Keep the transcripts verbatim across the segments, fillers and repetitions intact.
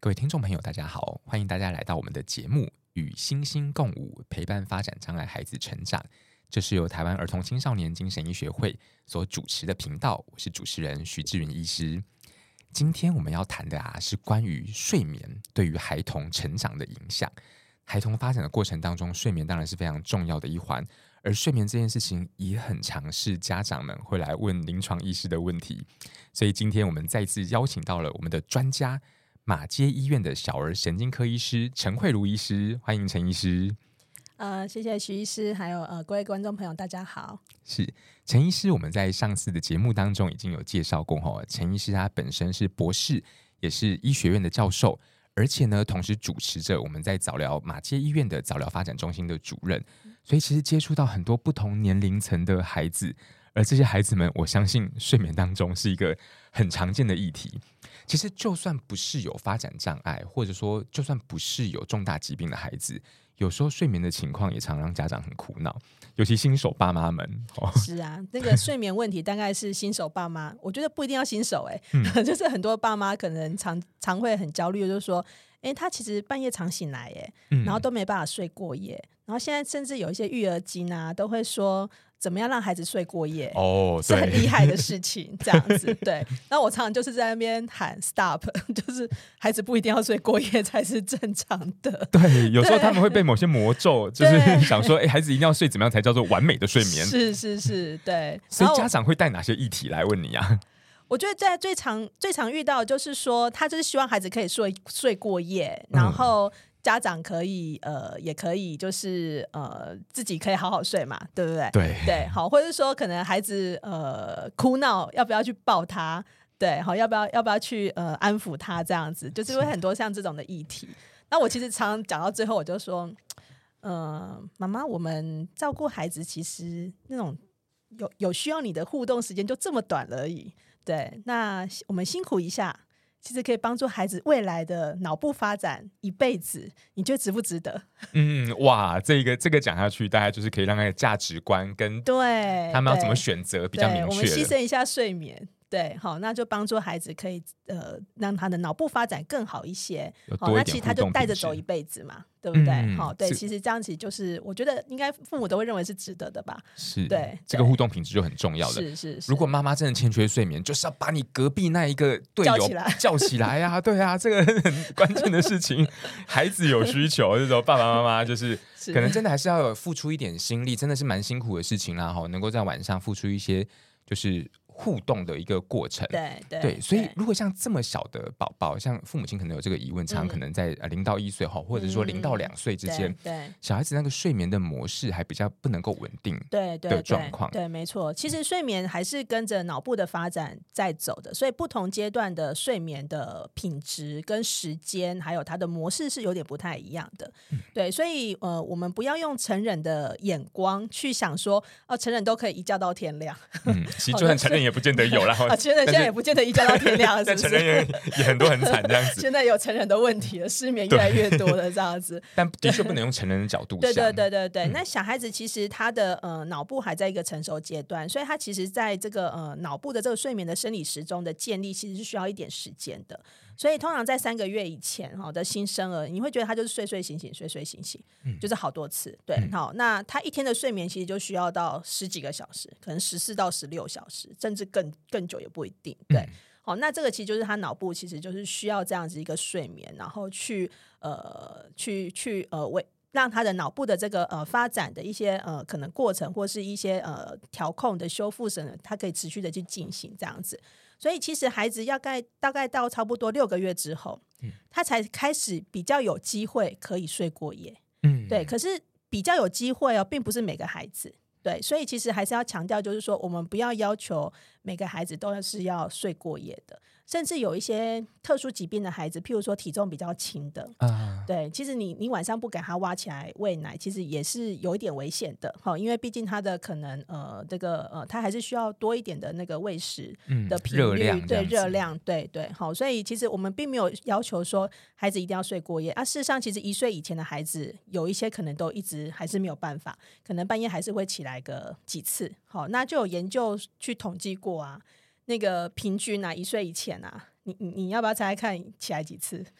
各位听众朋友大家好，欢迎大家来到我们的节目与星星共舞，陪伴发展障碍孩子成长。这是由台湾儿童青少年精神医学会所主持的频道，我是主持人徐志云医师。今天我们要谈的啊，是关于睡眠对于孩童成长的影响。孩童发展的过程当中，睡眠当然是非常重要的一环，而睡眠这件事情也很常是家长们会来问临床医师的问题。所以今天我们再次邀请到了我们的专家，马偕医院的小儿神经科医师陈慧茹医师，欢迎陈医师。 呃，谢谢徐医师，还有呃各位观众朋友，大家好。 是陈医师，我们在上次的节目当中已经有介绍过哈，陈医师他本身是博士，也是医学院的教授，而且呢，同时主持着我们在早疗马偕医院的早疗发展中心的主任，所以其实接触到很多不同年龄层的孩子，而这些孩子们，我相信睡眠当中是一个很常见的议题。其实就算不是有发展障碍，或者说就算不是有重大疾病的孩子，有时候睡眠的情况也常让家长很苦恼，尤其新手爸妈们、哦、 是啊，那个睡眠问题大概是新手爸妈，我觉得不一定要新手哎、欸嗯，就是很多爸妈可能常常会很焦虑，就是说哎、欸，他其实半夜常醒来哎、欸嗯，然后都没办法睡过夜，然后现在甚至有一些育儿经啊都会说怎么样让孩子睡过夜哦， 是很厉害的事情这样子。对，那我常常就是在那边喊 stop， 就是孩子不一定要睡过夜才是正常的。 对，有时候他们会被某些魔咒，就是想说哎，孩子一定要睡怎么样才叫做完美的睡眠。 是是是，对。 所以家长会带哪些议题来问你啊？ 我觉得在最常最常遇到的就是说，他就是希望孩子可以睡睡过夜，然后家长可以呃也可以就是呃自己可以好好睡嘛，对不对？ 对对，好，或者是说可能孩子呃哭闹，要不要去抱他？对，好，要不要要不要去呃安抚他？这样子就是会很多像这种的议题。那我其实常常讲到最后，我就说，呃，妈妈，我们照顾孩子其实那种有有需要你的互动时间就这么短而已。对，那我们辛苦一下，其实可以帮助孩子未来的脑部发展一辈子，你觉得值不值得？ 嗯，哇，这个这个讲下去，大概就是可以让他的价值观跟对他们要怎么选择比较明确了。 我们牺牲一下睡眠，对，好，那就帮助孩子可以呃让他的脑部发展更好一些，好，那其实他就带着走一辈子嘛，对不对？嗯、好，对，其实这样子就是我觉得应该父母都会认为是值得的吧？ 是， 对， 这个互动品质就很重要了。 是是是， 如果妈妈真的欠缺睡眠，就是要把你隔壁那一个队友叫起来， 叫起来啊！对啊，这个很关键的事情。孩子有需求，这种爸爸妈妈就是可能真的还是要有付出一点心力，真的是蛮辛苦的事情啦。哈，能够在晚上付出一些就是互动的一个过程。 对 对, 对，所以如果像这么小的宝宝，像父母亲可能有这个疑问，常常可能在零到一岁哈，或者说零到两岁之间、嗯，小孩子那个睡眠的模式还比较不能够稳定的状况。 对，没错。其实睡眠还是跟着脑部的发展在走的，所以不同阶段的睡眠的品质跟时间，还有它的模式是有点不太一样的。嗯、对，所以呃，我们不要用成人的眼光去想说，哦，成人都可以一觉到天亮。 嗯，其实就算成人也不见得有啦。 啊，成人现在也不见得一觉到天亮，是不是？ 但成人也也很多很惨这样子。 现在有成人的问题了，失眠越来越多了这样子。 但的确不能用成人的角度想。 对对对对对。嗯、那小孩子其实他的呃脑部还在一个成熟阶段，所以他其实在这个呃脑部的这个睡眠的生理时钟的建立，其实是需要一点时间的。所以通常在三个月以前哈的新生儿，你会觉得他就是睡睡醒醒睡睡醒醒、嗯，就是好多次。对，嗯、好，那他一天的睡眠其实就需要到十几个小时，可能十四到十六小时，甚至更更久也不一定。对。嗯，好，那这个其实就是他脑部其实就是需要这样子一个睡眠，然后去呃去去呃为让他的脑部的这个呃发展的一些呃可能过程或是一些呃调控的修复什么，它可以持续的去进行这样子。所以其实孩子要概大概到差不多六个月之后，嗯、他才开始比较有机会可以睡过夜。嗯，对，可是比较有机会哦，并不是每个孩子。对，所以其实还是要强调，就是说我们不要要求每个孩子都是要睡过夜的，甚至有一些特殊疾病的孩子，譬如说体重比较轻的、啊、对，其实你你晚上不给他挖起来喂奶，其实也是有一点危险的，因为毕竟他的可能呃这个呃他还是需要多一点的那个喂食的频率、嗯、热量对热量对对好，所以其实我们并没有要求说孩子一定要睡过夜啊。事实上，其实一岁以前的孩子有一些可能都一直还是没有办法，可能半夜还是会起来个几次。好，那就有研究去统计过啊，那个平均啊，一岁以前啊，你你你要不要猜猜看起来几次？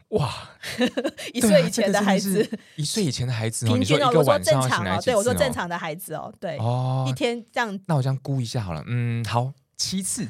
哇， 一岁以前的孩子， 啊、一岁以前的孩子、哦， 平均哦， 你说一个晚上我说正常哦，对我说正常的孩子哦，对，哦，一天这样， 那我这样估一下好了，嗯，好，七次。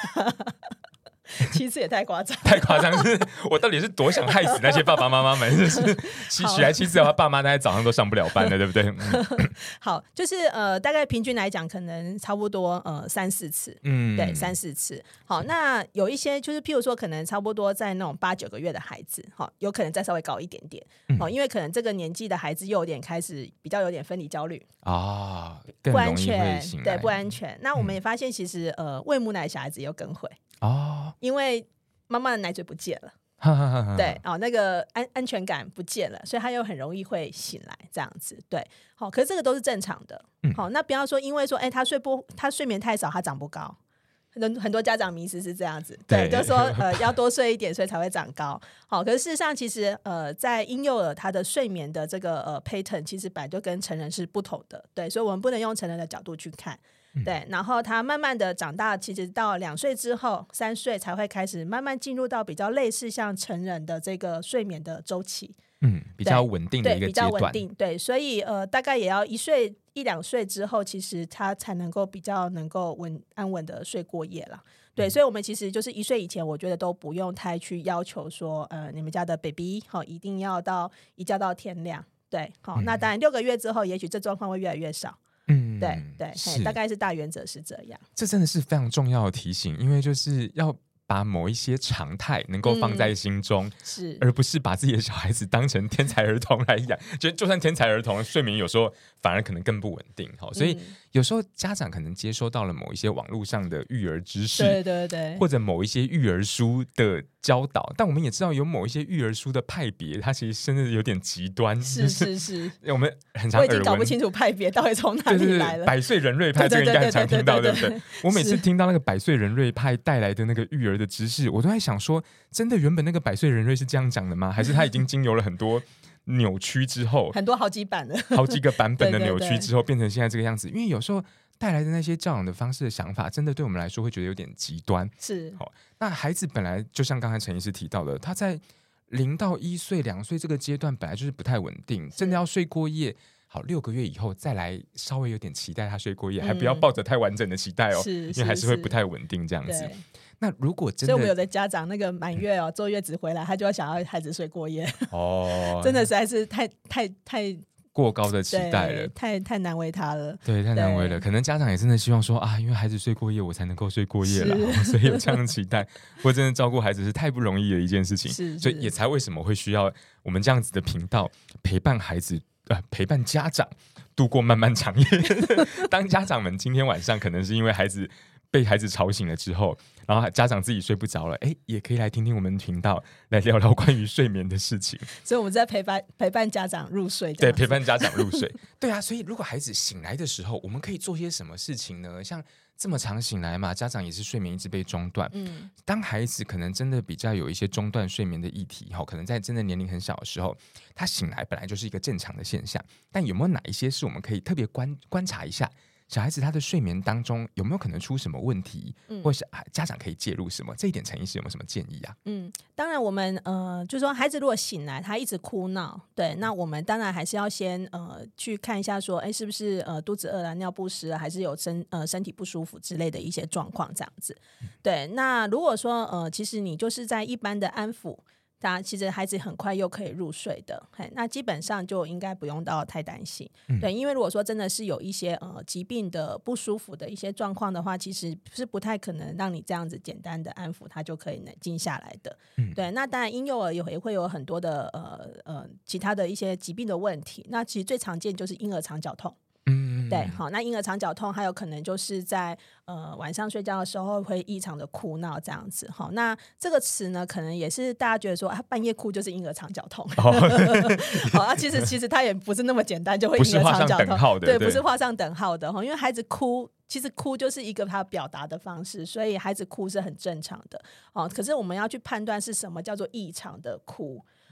七次也太夸张， 太夸张！是我到底是多想害死那些爸爸妈妈们？就是许来七次的话，爸妈大概早上都上不了班了，对不对？嗯、 好，就是呃，大概平均来讲，可能差不多呃三四次，嗯，对，三四次。好，那有一些就是譬如说，可能差不多在那种八九个月的孩子，好，有可能再稍微高一点点，好、嗯，因为可能这个年纪的孩子又有点开始比较有点分离焦虑啊， 不安全，对，不安全。那我们也发现，其实、嗯、呃，喂母奶小孩子也有更会。哦，因为妈妈的奶嘴不见了，对哦，那个安安全感不见了，所以他又很容易会醒来这样子，对，好、哦，可是这个都是正常的，好、嗯哦，那不要说因为说，哎，他睡不，他睡眠太少，他长不高，很很多家长迷思是这样子，对，对就说呃要多睡一点，所以才会长高，好、哦，可是事实上其实呃在婴幼儿他的睡眠的这个呃 pattern 其实本来就跟成人是不同的，对，所以我们不能用成人的角度去看。对，然后他慢慢的长大，其实到两岁之后，三岁才会开始慢慢进入到比较类似像成人的这个睡眠的周期， 嗯，比较稳定的一个阶段， 对，比较稳定，对，所以呃，大概也要一岁一两岁之后，其实他才能够比较能够稳安稳的睡过夜了。对，所以我们其实就是一岁以前，我觉得都不用太去要求说，呃，你们家的 baby 好、哦、一定要到一觉到天亮，对，好、哦嗯，那当然六个月之后，也许这状况会越来越少。嗯，对对，大概是大原则是这样。 这真的是非常重要的提醒，因为就是要把某一些常态能够放在心中，嗯、 是， 而不是把自己的小孩子当成天才儿童来养。就就算天才儿童，睡眠有时候反而可能更不稳定。所以有时候家长可能接收到了某一些网络上的育儿知识， 对对对， 或者某一些育儿书的教导，但我们也知道有某一些育儿书的派别，它其实甚至有点极端。 是是是， 我们很常耳闻， 我已经搞不清楚派别到底从哪里来了。 百岁人瑞派，这个应该很常听到，对不对？我每次听到那个百岁人瑞派带来的那个育儿的知识，我都在想说，真的原本那个百岁人瑞是这样讲的吗？还是他已经经由了很多扭曲之后， 很多好几版的好几个版本的扭曲之后，变成现在这个样子？因为有时候带来的那些教养的方式的想法，真的对我们来说会觉得有点极端。 是， 好，那孩子本来就像刚才陈医师提到的，他在零到一岁、两岁这个阶段本来就是不太稳定，真的要睡过夜。好，六个月以后再来稍微有点期待他睡过夜，嗯、还不要抱着太完整的期待哦，因为还是会不太稳定这样子。那如果真的， 所以我们有的家长那个满月哦，坐月子回来，他就要想要孩子睡过夜哦，真的实在是太太太过高的期待了， 太太难为他了， 对，太难为了。可能家长也真的希望说啊，因为孩子睡过夜，我才能够睡过夜了，所以有这样的期待。或真的照顾孩子是太不容易的一件事情， 是， 所以也才为什么会需要我们这样子的频道陪伴孩子。呃，陪伴家长度过漫漫长夜。当家长们今天晚上可能是因为孩子被孩子吵醒了之后，然后家长自己睡不着了，哎，也可以来听听我们频道，来聊聊关于睡眠的事情。 所以我们在陪伴陪伴家长入睡， 对，陪伴家长入睡。对啊，所以如果孩子醒来的时候，我们可以做些什么事情呢？像这么长醒来嘛，家长也是睡眠一直被中断。嗯，当孩子可能真的比较有一些中断睡眠的议题，可能在真的年龄很小的时候，他醒来本来就是一个正常的现象。但有没有哪一些是我们可以特别观观察一下？小孩子他的睡眠当中有没有可能出什么问题，嗯、或是家长可以介入什么？这一点陈医师有没有什么建议啊？ 嗯，当然我们呃，就是说孩子如果醒来他一直哭闹，对，那我们当然还是要先呃去看一下说，哎，是不是呃肚子饿了、尿不湿了，还是有身呃身体不舒服之类的一些状况这样子。对，那如果说呃，其实你就是在一般的安抚。他其实孩子很快又可以入睡的，那基本上就应该不用到太担心、嗯、对，因为如果说真的是有一些呃疾病的不舒服的一些状况的话，其实是不太可能让你这样子简单的安抚他就可以冷静下来的、嗯、对，那当然婴幼儿也会有很多的呃呃其他的一些疾病的问题，那其实最常见就是婴儿肠绞痛。嗯，对，好，那婴儿肠绞痛还有可能就是在呃晚上睡觉的时候会异常的哭闹这样子，好，那这个词呢，可能也是大家觉得说啊，半夜哭就是婴儿肠绞痛，哦、好啊，其实其实它也不是那么简单就会婴儿肠绞痛， 对， 不是画上等号的，因为孩子哭。其实哭就是一个他表达的方式，所以孩子哭是很正常的、哦、可是我们要去判断是什么叫做异常的哭、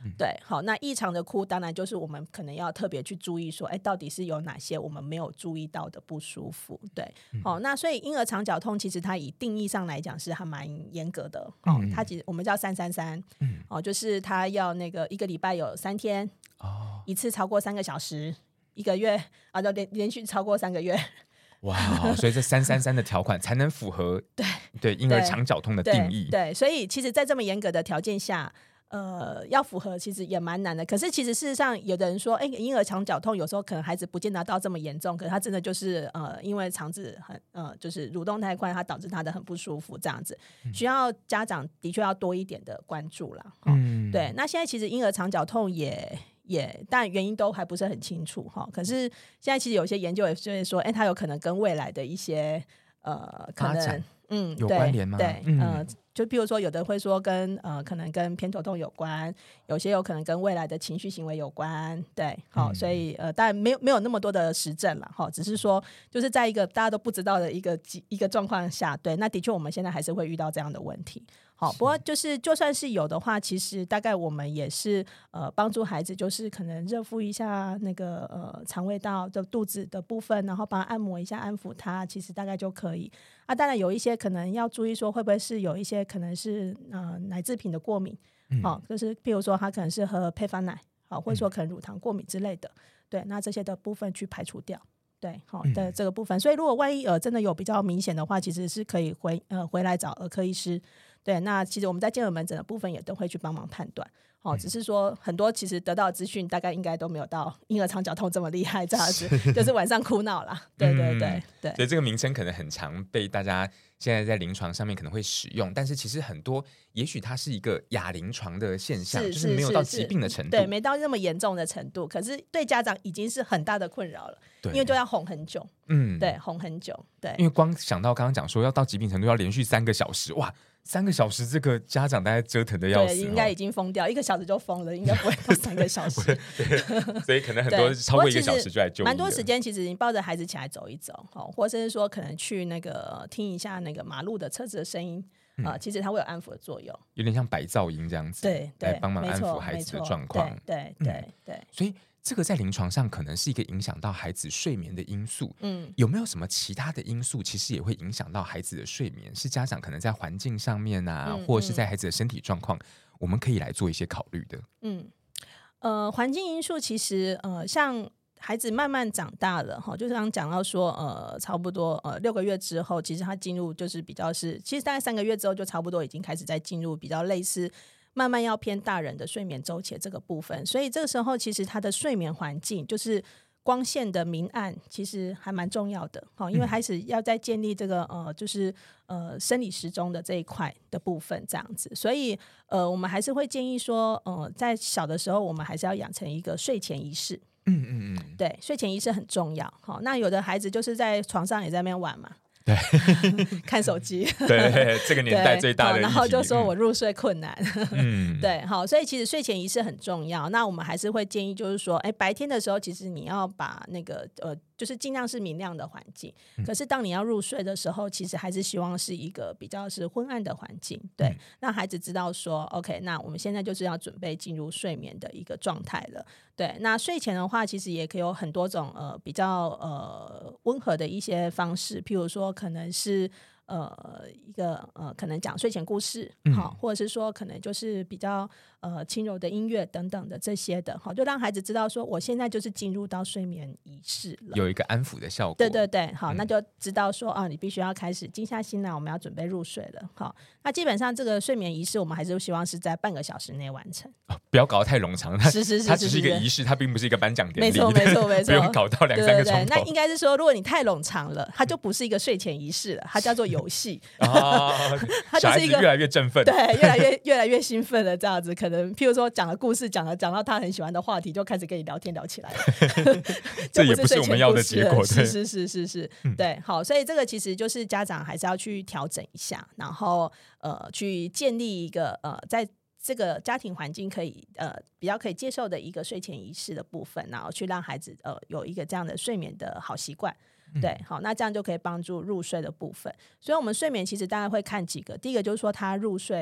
嗯、对，好，那异常的哭当然就是我们可能要特别去注意说，哎，到底是有哪些我们没有注意到的不舒服。对，好、嗯，那所以婴儿肠绞痛其实它以定义上来讲是还蛮严格的、哦嗯、它其实我们叫三三三、嗯哦、就是它要那个一个礼拜有三天、哦、一次超过三个小时，一个月啊，连连续超过三个月。 哇，所以这三三三的条款才能符合对对婴儿肠绞痛的定义。 对，对，所以其实在这么严格的条件下呃，要符合其实也蛮难的。可是其实事实上有的人说，哎，婴儿肠绞痛有时候可能孩子不见得到这么严重，可是他真的就是呃，因为肠子很呃，就是蠕动太快，它导致他的很不舒服这样子，需要家长的确要多一点的关注啦、哦、嗯，对。那现在其实婴儿肠绞痛也也但原因都还不是很清楚哈。可是现在其实有些研究也就是说，哎，它有可能跟未来的一些呃可能嗯有关联吗？ 对，对嗯。呃就比如说有的会说跟呃可能跟偏头痛有关，有些有可能跟未来的情绪行为有关，对，好、嗯，所以呃当然没有没有那么多的实证啦，哈，只是说就是在一个大家都不知道的一个一个状况下，对，那的确我们现在还是会遇到这样的问题。好，不过就是就算是有的话，其实大概我们也是呃帮助孩子，就是可能热敷一下那个呃肠胃道的肚子的部分，然后帮他按摩一下，安抚他，其实大概就可以。啊，当然有一些可能要注意说，会不会是有一些可能是呃奶制品的过敏，好、嗯哦，就是譬如说他可能是喝配方奶，好、哦，或者说可能乳糖过敏之类的，对，那这些的部分去排除掉。对，好、哦、的这个部分，所以如果万一呃真的有比较明显的话，其实是可以回呃回来找儿科医师。对，那其实我们在健儿门诊的部分也都会去帮忙判断。哦，只是说很多其实得到的资讯大概应该都没有到婴儿肠绞痛这么厉害这样子，是就是晚上哭闹啦。对对对、嗯、对， 所以这个名称可能很常被大家现在在临床上面可能会使用，但是其实很多也许它是一个亚临床的现象，是就是没有到疾病的程度， 对，没到那么严重的程度，可是对家长已经是很大的困扰了，因为就要哄很久，嗯，对，哄很久，对， 因为光想到刚刚讲说要到疾病程度要连续三个小时，哇，三个小时这个家长大概折腾的要死， 对，应该已经疯掉，一个小时就疯了，应该不会到三个小时对，所以可能很多超过一个小时就来就医了。 蛮多时间其实你抱着孩子起来走一走，或者是说可能去那个听一下那个马路的车子的声音、嗯呃、其实它会有安抚的作用， 有点像白噪音这样子， 对， 来帮忙安抚孩子的状况。 对对 对,、嗯、对， 所以这个在临床上可能是一个影响到孩子睡眠的因素。嗯，有没有什么其他的因素其实也会影响到孩子的睡眠，是家长可能在环境上面啊、嗯、或者是在孩子的身体状况、嗯、我们可以来做一些考虑的？ 嗯，呃，环境因素其实呃，像孩子慢慢长大了哈，就刚刚讲到说呃，差不多呃六个月之后，其实他进入就是比较是，其实大概三个月之后就差不多已经开始在进入比较类似慢慢要偏大人的睡眠周期这个部分，所以这个时候其实他的睡眠环境就是光线的明暗其实还蛮重要的，因为开始要在建立这个呃就是呃生理时钟的这一块的部分这样子，所以呃我们还是会建议说呃在小的时候我们还是要养成一个睡前仪式。嗯嗯嗯，对，睡前仪式很重要。好，那有的孩子就是在床上也在那边玩嘛， 对， 看手机， 对，这个年代最大的， 然后就说我入睡困难，嗯，对，好，所以其实睡前仪式很重要。那我们还是会建议，就是说，哎，白天的时候，其实你要把那个呃，就是尽量是明亮的环境。可是当你要入睡的时候，其实还是希望是一个比较是昏暗的环境，对，嗯、让孩子知道说 ，OK， 那我们现在就是要准备进入睡眠的一个状态了。对，那睡前的话，其实也可以有很多种呃比较呃温和的一些方式，譬如说可能是呃一个呃可能讲睡前故事，好、嗯，或者是说可能就是比较呃轻柔的音乐等等的这些的，好，就让孩子知道说我现在就是进入到睡眠仪式了， 有一个安抚的效果。 对对对，好，嗯、那就知道说啊，你必须要开始静下心来，我们要准备入睡了。好，那基本上这个睡眠仪式，我们还是希望是在半个小时内完成。 哦、不要搞得太冗长，它是是是是，它只是一个仪式，它并不是一个颁奖典礼。 没错没错没错， 不用搞到两三个钟头。 对对对，那应该是说，如果你太冗长了，它就不是一个睡前仪式了，它叫做游戏。 啊，它就是一个越来越振奋， 对，越来越越来越兴奋了，这样子可能，譬如说讲了故事，讲了讲到他很喜欢的话题，就开始跟你聊天聊起来了。 这也不是我们要的结果， 是是是是是，嗯、对，好，所以这个其实就是家长还是要去调整一下，然后呃，去建立一个呃，在这个家庭环境可以呃比较可以接受的一个睡前仪式的部分，然后去让孩子呃有一个这样的睡眠的好习惯。对，好，那这样就可以帮助入睡的部分。所以我们睡眠其实大概会看几个，第一个就是说他入睡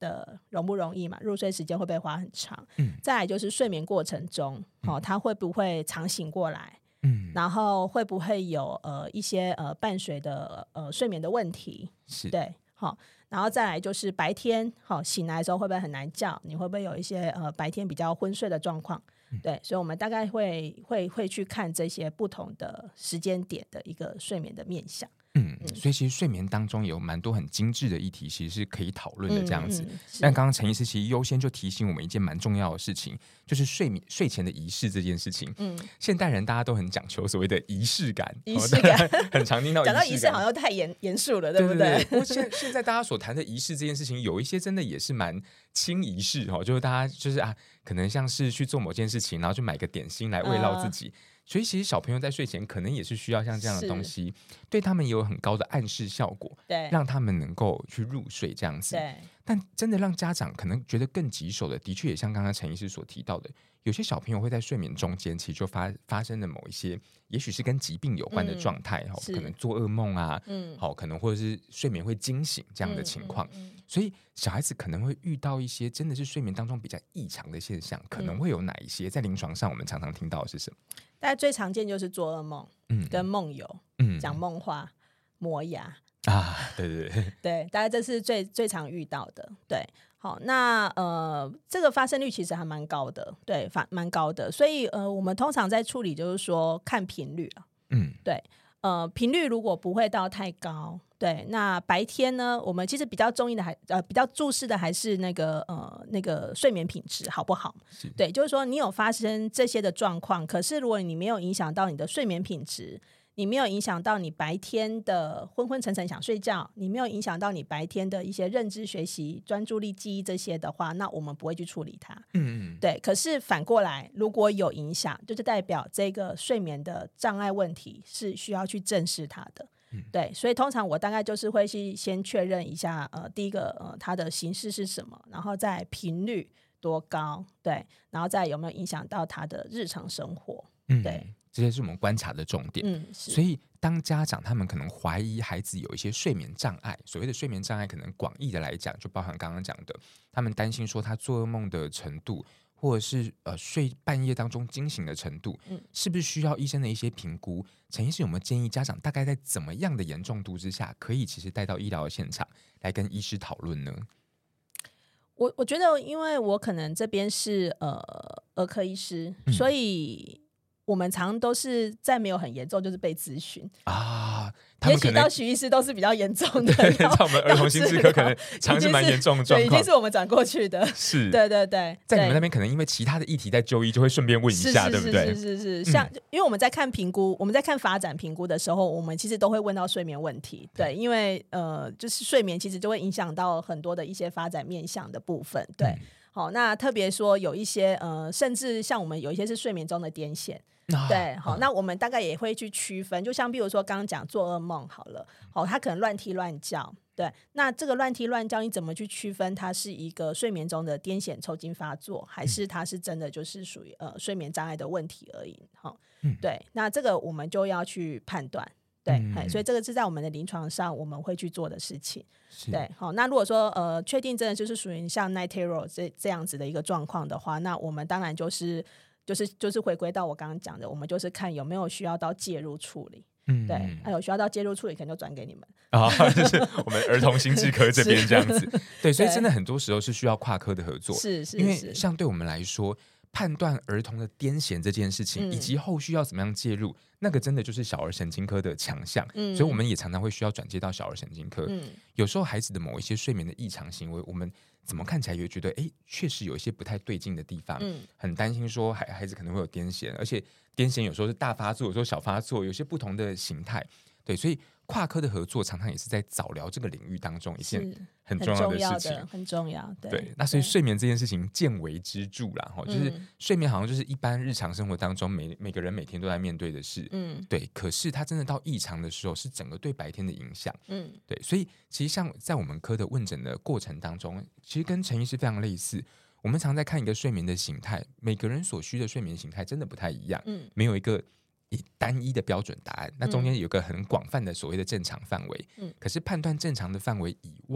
的容不容易嘛，入睡时间会不会花很长， 嗯， 再来就是睡眠过程中，哦，他会不会常醒过来， 嗯， 然后会不会有呃一些呃伴随的呃睡眠的问题， 是， 对，好、然后再来就是白天好、哦、醒来的时候会不会很难叫，你会不会有一些呃白天比较昏睡的状况， 嗯对，所以我们大概会会会去看这些不同的时间点的一个睡眠的面向。 嗯，所以其实睡眠当中有蛮多很精致的议题，其实是可以讨论的这样子。 嗯嗯、 但刚刚陈医师其实优先就提醒我们一件蛮重要的事情，就是睡眠睡前的仪式这件事情。嗯，现代人大家都很讲求所谓的仪式感， 仪式感、 哦、很常听到仪式感。 讲到仪式好像太严严肃了，对不对？ 对对对，不过现现在大家所谈的仪式这件事情，有一些真的也是蛮轻仪式哦，就是大家就是啊，可能像是去做某件事情，然后去买个点心来慰劳自己。呃所以其实小朋友在睡前可能也是需要像这样的东西，对他们也有很高的暗示效果， 对， 让他们能够去入睡这样子。 对， 但真的让家长可能觉得更棘手的，的确也像刚刚陈医师所提到的，有些小朋友会在睡眠中间其实就 发, 发生了某一些也许是跟疾病有关的状态、嗯、可能做噩梦啊、嗯、好，可能或者是睡眠会惊醒这样的情况、嗯嗯嗯、所以小孩子可能会遇到一些真的是睡眠当中比较异常的现象，可能会有哪一些？在临床上我们常常听到的是什么？ 大概最常见就是做噩梦、嗯、跟梦游、嗯、讲梦话、磨牙啊，对对对对，大概这是最最常遇到的。对，好，那呃，这个发生率其实还蛮高的，对，蛮高的。所以呃，我们通常在处理就是说看频率了，嗯，对，呃，频率如果不会到太高，对，那白天呢，我们其实比较中意的还呃比较注视的还是那个呃那个睡眠品质好不好？对，就是说你有发生这些的状况，可是如果你没有影响到你的睡眠品质，你没有影响到你白天的昏昏沉沉想睡觉，你没有影响到你白天的一些认知学习、专注力、记忆这些的话，那我们不会去处理它。嗯嗯，对。可是反过来，如果有影响，就是代表这个睡眠的障碍问题是需要去正视它的。嗯、对，所以通常我大概就是会去先确认一下，呃，第一个呃它的形式是什么，然后再频率多高，对，然后再有没有影响到他的日常生活，嗯、对。 这些是我们观察的重点、嗯、所以当家长他们可能怀疑孩子有一些睡眠障碍，所谓的睡眠障碍可能广义的来讲就包含刚刚讲的他们担心说他做噩梦的程度，或者是、呃、睡半夜当中惊醒的程度、嗯、是不是需要医生的一些评估？陈医师有没有建议家长大概在怎么样的严重度之下可以其实带到医疗的现场来跟医师讨论呢？ 我我觉得因为我可能这边是呃儿科医师、嗯、所以我们常都是在没有很严重就是被咨询啊，也许到徐医师都是比较严重的， 在我们儿童心智科可能常是蛮严重的状况， 已经是我们转过去的， 是， 对对对， 在你们那边可能因为其他的议题在就医，就会顺便问一下，对不对？ 是是是是是，像、嗯、因为我们在看评估，我们在看发展评估的时候，我们其实都会问到睡眠问题，对，因为呃，就是睡眠其实就会影响到很多的一些发展面向的部分，对。嗯，好，那特别说有一些呃，甚至像我们有一些是睡眠中的癫痫。啊、对，好，那我们大概也会去区分，就像比如说刚刚讲做噩梦好了，好，他可能乱踢乱叫，对，那这个乱踢乱叫你怎么去区分它是一个睡眠中的癫痫抽筋发作，还是它是真的就是属于呃睡眠障碍的问题而已？好、嗯，对，那这个我们就要去判断。对、嗯，所以这个是在我们的临床上我们会去做的事情。对，好，那如果说呃确定真的就是属于像 night terror 这这样子的一个状况的话，那我们当然就是就是就是回归到我刚刚讲的，我们就是看有没有需要到介入处理。嗯，对，还有需要到介入处理，可能就转给你们啊，就是我们儿童心智科这边这样子。对，所以真的很多时候是需要跨科的合作， 是是， 因为像对我们来说，判断儿童的癫痫这件事情、嗯、以及后续要怎么样介入，那个真的就是小儿神经科的强项、嗯、所以我们也常常会需要转接到小儿神经科、嗯、有时候孩子的某一些睡眠的异常行为，我们怎么看起来也会觉得哎，确实有一些不太对劲的地方、嗯、很担心说孩孩子可能会有癫痫，而且癫痫有时候是大发作，有时候小发作，有些不同的形态。对，所以跨科的合作常常也是在早疗这个领域当中一件很重要的事情， 很重要的，很重要。 对, 对，那所以睡眠这件事情见微知著啦、嗯、就是睡眠好像就是一般日常生活当中 每, 每个人每天都在面对的事，嗯，对，可是它真的到异常的时候是整个对白天的影响，嗯，对，所以其实像在我们科的问诊的过程当中，其实跟陈医师非常类似，我们常在看一个睡眠的形态，每个人所需的睡眠形态真的不太一样，嗯，没有一个单一的标准答案，那中间有个很广泛的所谓的正常范围、嗯、可是判断正常的范围以外，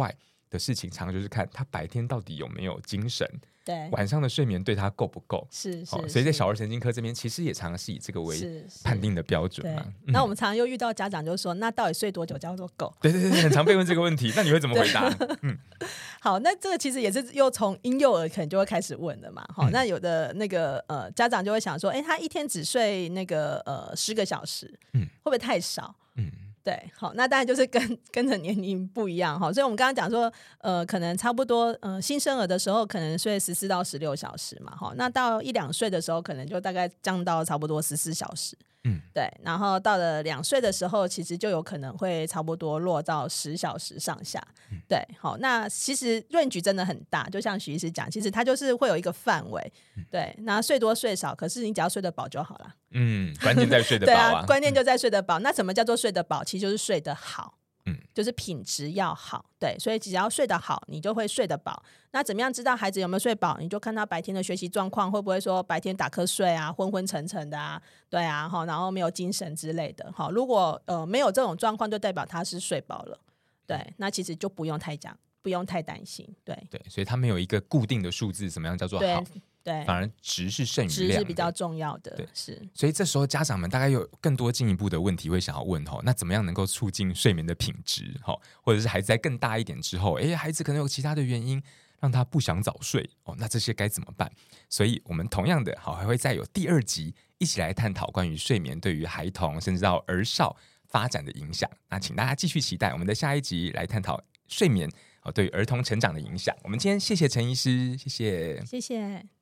的事情，常常就是看他白天到底有没有精神， 对， 晚上的睡眠对他够不够， 是是、 哦、所以在小儿神经科这边其实也常常是以这个为判定的标准嘛。 嗯、那我们常常又遇到家长就说，那到底睡多久叫做够？ 对对对，很常被问这个问题。那你会怎么回答？嗯， 好，那这个其实也是又从婴幼儿可能就会开始问的嘛。好、嗯，那有的那个呃家长就会想说，哎，他一天只睡那个呃十个小时，嗯，会不会太少？嗯。对，好，那当然就是跟跟着年龄不一样哈，所以我们刚刚讲说，呃，可能差不多，呃，新生儿的时候可能睡十四到十六小时嘛，哈，那到一两岁的时候，可能就大概降到差不多十四小时，嗯，对，然后到了两岁的时候，其实就有可能会差不多落到十小时上下，嗯、对，好，那其实range真的很大，就像许医师讲，其实它就是会有一个范围，嗯、对，那睡多睡少，可是你只要睡得饱就好了。 嗯，关键在睡得饱啊。 对啊，关键就在睡得饱。嗯、那什么叫做睡得饱？其实就是睡得好，嗯，就是品质要好。对，所以只要睡得好，你就会睡得饱。那怎么样知道孩子有没有睡饱？你就看他白天的学习状况，会不会说白天打瞌睡啊，昏昏沉沉的啊，对啊，然后没有精神之类的。好，如果呃没有这种状况，就代表他是睡饱了。对，那其实就不用太讲，不用太担心。对对，所以他没有一个固定的数字，怎么样叫做好？ 对， 反而值是胜于量的， 值是比较重要的。 对， 是。 所以这时候家长们大概有更多进一步的问题会想要问吼，那怎么样能够促进睡眠的品质？吼，或者是孩子在更大一点之后，哎，孩子可能有其他的原因让他不想早睡哦，那这些该怎么办？所以我们同样的，好，还会再有第二集一起来探讨关于睡眠对于孩童甚至到儿少发展的影响。那请大家继续期待我们的下一集来探讨睡眠对于儿童成长的影响。我们今天谢谢陈医师，谢谢， 谢谢。